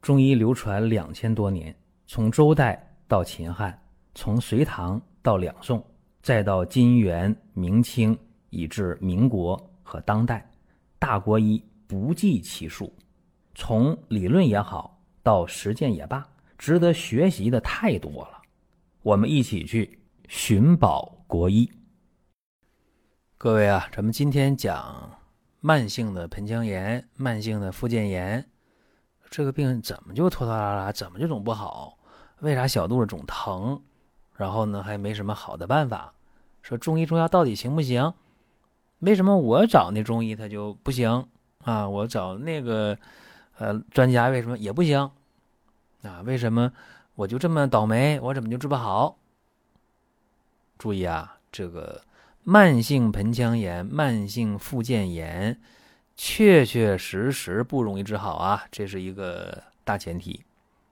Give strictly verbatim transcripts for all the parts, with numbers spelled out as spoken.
中医流传两千多年，从周代到秦汉，从隋唐到两宋，再到金元明清，以至民国和当代，大国医不计其数。从理论也好，到实践也罢，值得学习的太多了。我们一起去寻宝国医。各位啊，咱们今天讲慢性的盆腔炎、慢性的附件炎，这个病怎么就拖拖拉拉，怎么就总不好？为啥小肚子总疼？然后呢，还没什么好的办法。说中医中药到底行不行？为什么我找那中医他就不行啊？我找那个呃专家为什么也不行啊？为什么我就这么倒霉，我怎么就治不好？注意啊，这个慢性盆腔炎、慢性附件炎确确实实不容易治好啊，这是一个大前提。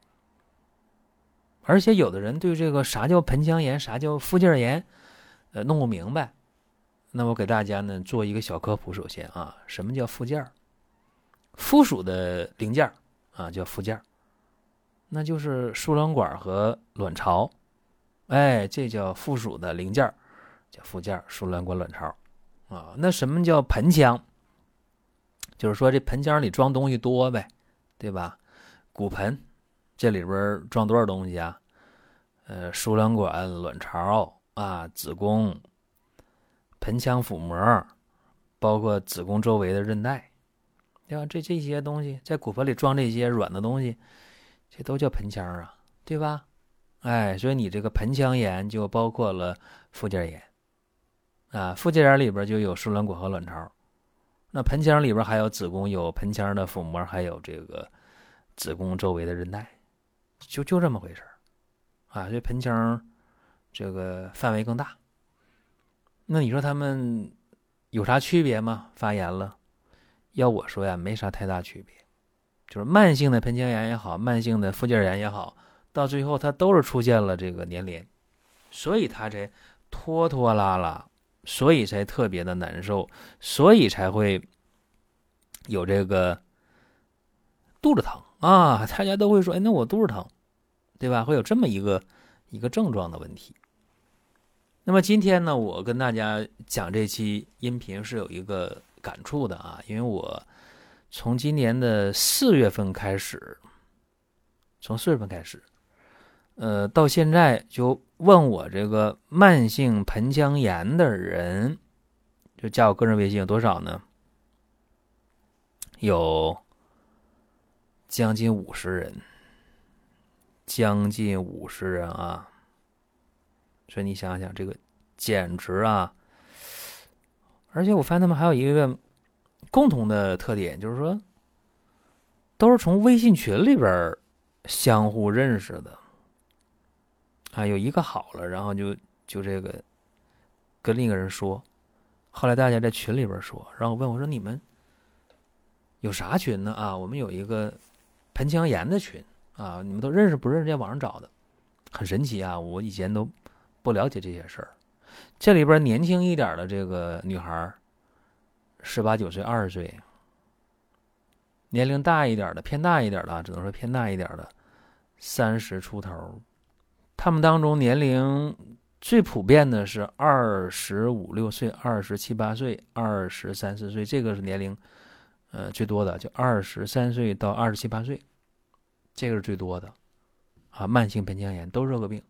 而且有的人对这个啥叫盆腔炎、啥叫附件炎呃弄不明白。那我给大家呢做一个小科普。首先啊，什么叫附件？附属的零件啊叫附件，那就是输卵管和卵巢，哎，这叫附属的零件，叫附件，输卵管、卵巢啊。那什么叫盆腔？就是说这盆腔里装东西多呗，对吧？骨盆这里边装多少东西啊？呃，输卵管、卵巢啊，子宫、盆腔腹膜，包括子宫周围的韧带，对吧？这这些东西在骨盆里装这些软的东西，这都叫盆腔啊，对吧？哎，所以你这个盆腔炎就包括了附件炎啊，附件炎里边就有输卵管和卵巢，那盆腔里边还有子宫，有盆腔的腹膜，还有这个子宫周围的韧带，就就这么回事啊。这盆腔这个范围更大。那你说他们有啥区别吗？发炎了，要我说呀，没啥太大区别。就是慢性的盆腔炎也好，慢性的附件炎也好，到最后它都是出现了这个粘连，所以它才拖拖拉拉，所以才特别的难受，所以才会有这个肚子疼啊。大家都会说，哎，那我肚子疼，对吧？会有这么一个一个症状的问题。那么今天呢，我跟大家讲这期音频是有一个感触的啊，因为我从今年的四月份开始，从四月份开始，呃，到现在就问我这个慢性盆腔炎的人，就加我个人微信有多少呢？有将近五十人，将近五十人啊！所以你想想，这个简直啊！而且我发现他们还有一个共同的特点，就是说都是从微信群里边相互认识的啊。有一个好了，然后就就这个跟另一个人说，后来大家在群里边说，然后我问我说你们有啥群呢？啊，我们有一个盆腔炎的群啊，你们都认识不认识？在网上找的，很神奇啊！我以前都不了解这些事儿。这里边年轻一点的这个女孩，十八九岁、二十岁，年龄大一点的、偏大一点的，只能说偏大一点的，三十出头。他们当中年龄最普遍的是二十五六岁、二十七八岁、二十三四岁，这个是年龄呃最多的，就二十三岁到二十七八岁，这个是最多的啊。慢性盆腔炎都是这个病。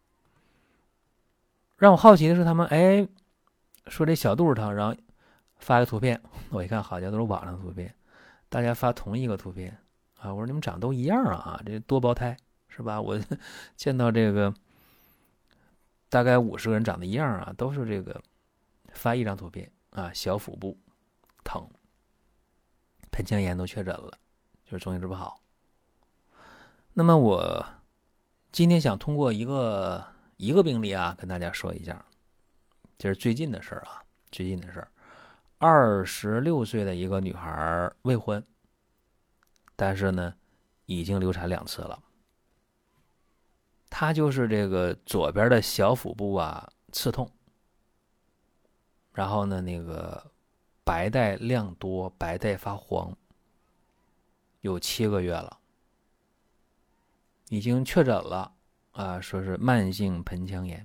让我好奇的是，他们哎说这小肚子疼，然后发个图片，我一看，好家伙，都是网上的图片，大家发同一个图片啊！我说你们长都一样啊，这多胞胎是吧？我见到这个大概五十个人长得一样啊，都是这个发一张图片啊，小腹部疼，盆腔炎都确诊了，就是中医治不好。那么我今天想通过一个一个病例啊，跟大家说一下，这是最近的事儿啊，最近的事儿。二十六岁的一个女孩未婚，但是呢，已经流产两次了。她就是这个左边的小腹部啊刺痛，然后呢，那个白带量多，白带发黄，有七个月了。 已经确诊了啊，说是慢性盆腔炎。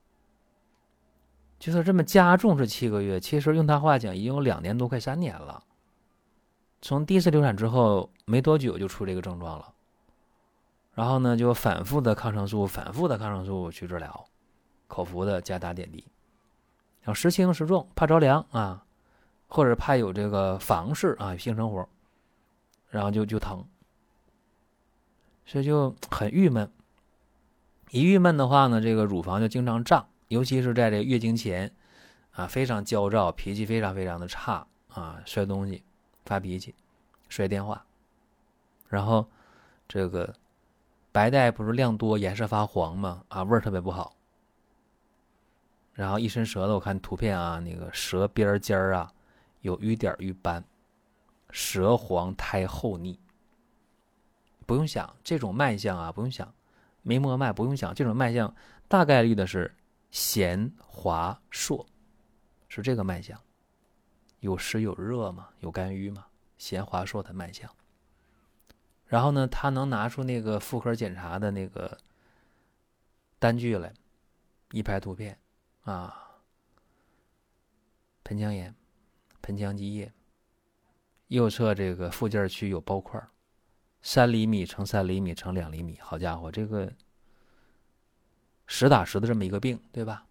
就说这么加重是七个月，其实用他话讲，已经有两年多，快三年了。从第一次流产之后没多久就出这个症状了，然后呢就反复的抗生素，反复的抗生素去治疗，口服的加打点滴，然后时轻时重，怕着凉啊，或者怕有这个房事啊，性生活，然后就就疼，所以就很郁闷。一郁闷的话呢，这个乳房就经常胀，尤其是在这个月经前啊，非常焦躁，脾气非常非常的差啊，摔东西，发脾气，摔电话，然后这个白带不是量多，颜色发黄吗？啊，味儿特别不好。然后一伸舌头，我看图片啊，那个舌边尖儿啊有瘀点瘀斑，舌黄苔厚腻。不用想这种脉象啊，不用想眉膜脉，不用想这种脉象，大概率的是咸滑硕，是这个脉象。有湿有热嘛，有干淤嘛，咸滑硕的脉象。然后呢，他能拿出那个妇科检查的那个单据来，一排图片啊，盆腔炎、盆腔积液，右侧这个附件区有包块，三厘米乘三厘米乘两厘米，好家伙，这个实打实的这么一个病，对吧？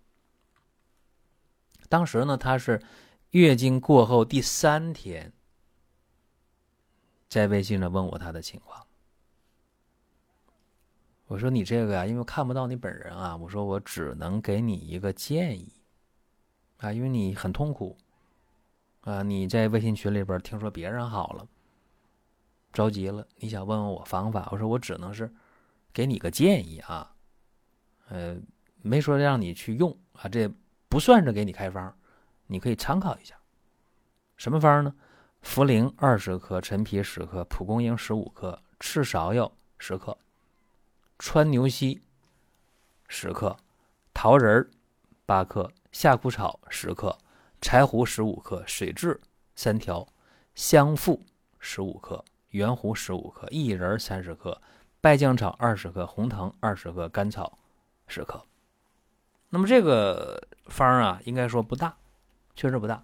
当时呢，他是月经过后第三天，在微信上问我他的情况。我说你这个呀、啊，因为我看不到你本人啊，我说我只能给你一个建议啊，因为你很痛苦啊，你在微信群里边听说别人好了，着急了，你想问问我方法，我说我只能是给你个建议啊，呃，没说让你去用啊，这不算是给你开方，你可以参考一下。什么方呢？茯苓二十克，陈皮十克，蒲公英十五克，赤芍药十克，川牛膝十克，桃仁八克，夏枯草十克，柴胡十五克，水蛭三条，香附十五克，圆胡十五克，薏仁三十克，败酱草二十克，红藤二十克，甘草十克。那么这个方啊，应该说不大，确实不大。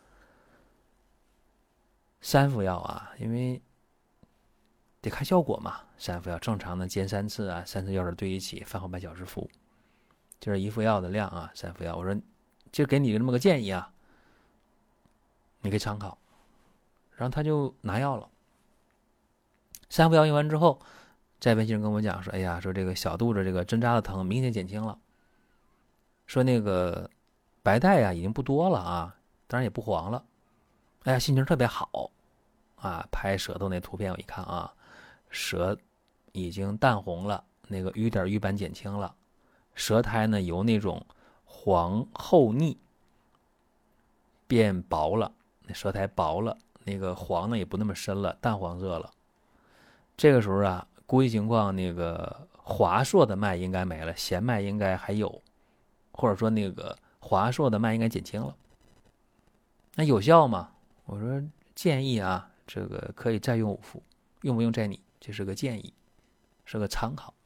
三副药啊，因为得看效果嘛。三副药正常的煎三次啊，三次药水兑一起，饭后半小时服，就是一副药的量啊。三副药，我说就给你这么个建议啊，你可以参考。然后他就拿药了。三副药用完之后，在微信上跟我讲说：“哎呀，说这个小肚子这个针扎的疼明显减轻了，说那个白带啊已经不多了啊，当然也不黄了。哎呀，心情特别好。”啊，拍舌头那图片我一看啊，舌已经淡红了，那个瘀点瘀斑减轻了，舌苔呢由那种黄厚腻变薄了，那舌苔薄了，那个黄呢也不那么深了，淡黄色了。这个时候啊，估计情况那个滑硕的脉应该没了，弦脉应该还有，或者说那个滑硕的脉应该减轻了。那有效吗？我说建议啊。这个可以再用五副，用不用在你，这是个建议，是个参考。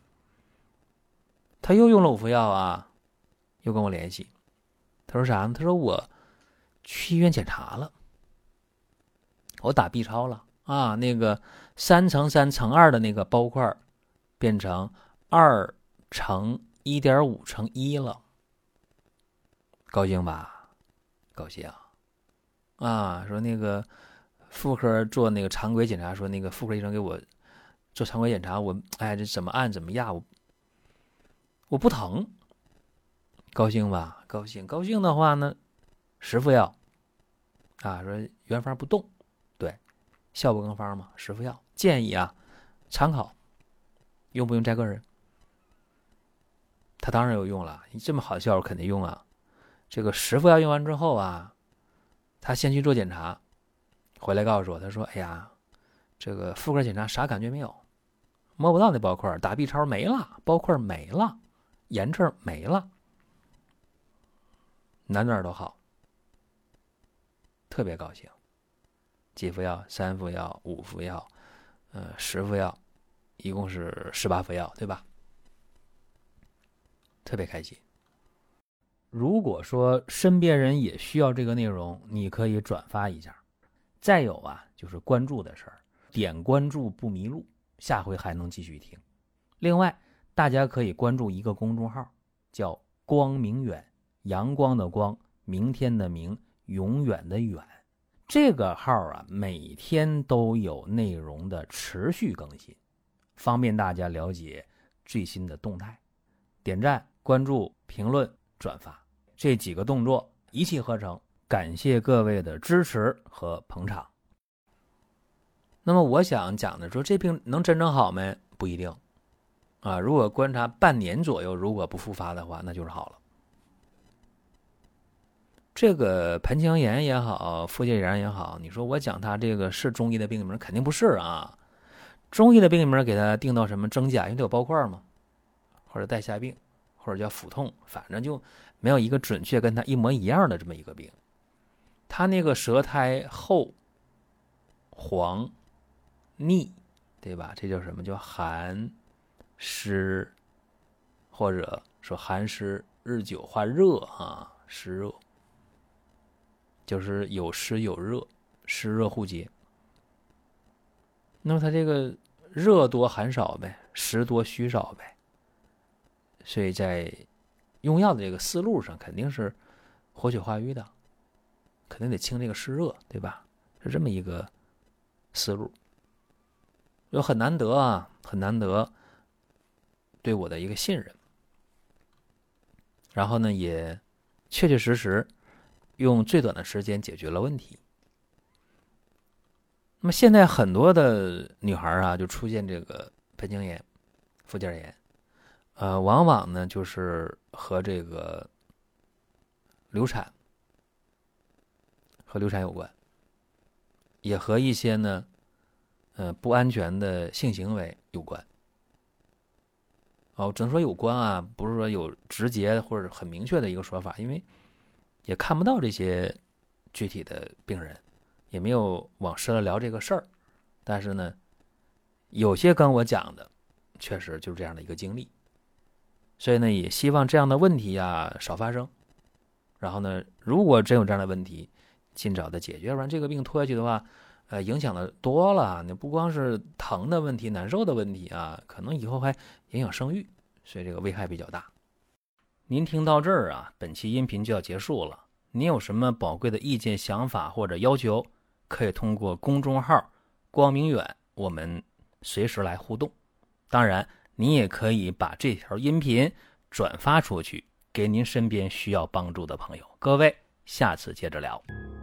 他又用了五副药啊，又跟我联系，他说啥呢？他说我去医院检查了，我打 B 超了啊，那个三乘三乘二的那个包块变成二乘一点五乘一了，高兴吧？高兴啊！说那个。妇科做那个常规检查，说那个妇科医生给我做常规检查，我哎这怎么按怎么压，我我不疼，高兴吧？高兴，高兴的话呢，十副药啊，说原方不动，对，效不更方嘛，十副药建议啊，参考，用不用在个人？他当然有用了，你这么好的效果肯定用啊。这个十副药用完之后啊，他先去做检查。回来告诉我，他说：“哎呀，这个妇科检查啥感觉没有，摸不到那包块，打 B 超没了，包块没了，炎症没了，哪哪都好，特别高兴。几副药，三副药，五副药，呃，十副药， 一共是十八副药，对吧？特别开心。如果说身边人也需要这个内容，你可以转发一下。再有啊，就是关注的事儿，点关注不迷路，下回还能继续听。另外，大家可以关注一个公众号，叫光明远，阳光的光，明天的明，永远的远。这个号啊，每天都有内容的持续更新，方便大家了解最新的动态。点赞、关注、评论、转发这几个动作一气呵成，感谢各位的支持和捧场。那么我想讲的说，这病能真正好没？不一定啊。如果观察半年左右，如果不复发的话，那就是好了。这个盆腔炎也好，附件炎也好，你说我讲它这个是中医的病名，肯定不是啊。中医的病名给它定到什么真假，因为它有包块嘛，或者带下病，或者叫腹痛，反正就没有一个准确跟它一模一样的这么一个病。它那个舌苔厚、黄、腻，对吧？这叫什么？叫寒湿，或者说寒湿日久化热啊，湿热。就是有湿有热，湿热互结。那么它这个热多寒少呗，湿多虚少呗。所以在用药的这个思路上，肯定是活血化瘀的，肯定得清这个湿热，对吧？是这么一个思路。就很难得啊，很难得对我的一个信任。然后呢，也确确实实用最短的时间解决了问题。那么现在很多的女孩啊，就出现这个盆腔炎、附件炎，呃，往往呢就是和这个流产和流产有关，也和一些呢，呃，不安全的性行为有关。哦，只能说有关啊，不是说有直接或者很明确的一个说法，因为也看不到这些具体的病人，也没有往深了聊这个事儿。但是呢，有些跟我讲的，确实就是这样的一个经历。所以呢，也希望这样的问题啊少发生。然后呢，如果真有这样的问题，尽早的解决，要不然这个病拖下去的话，呃，影响的多了。你不光是疼的问题、难受的问题啊，可能以后还影响生育，所以这个危害比较大。您听到这儿啊，本期音频就要结束了。您有什么宝贵的意见、想法或者要求，可以通过公众号光明远，我们随时来互动。当然，您也可以把这条音频转发出去，给您身边需要帮助的朋友。各位，下次接着聊。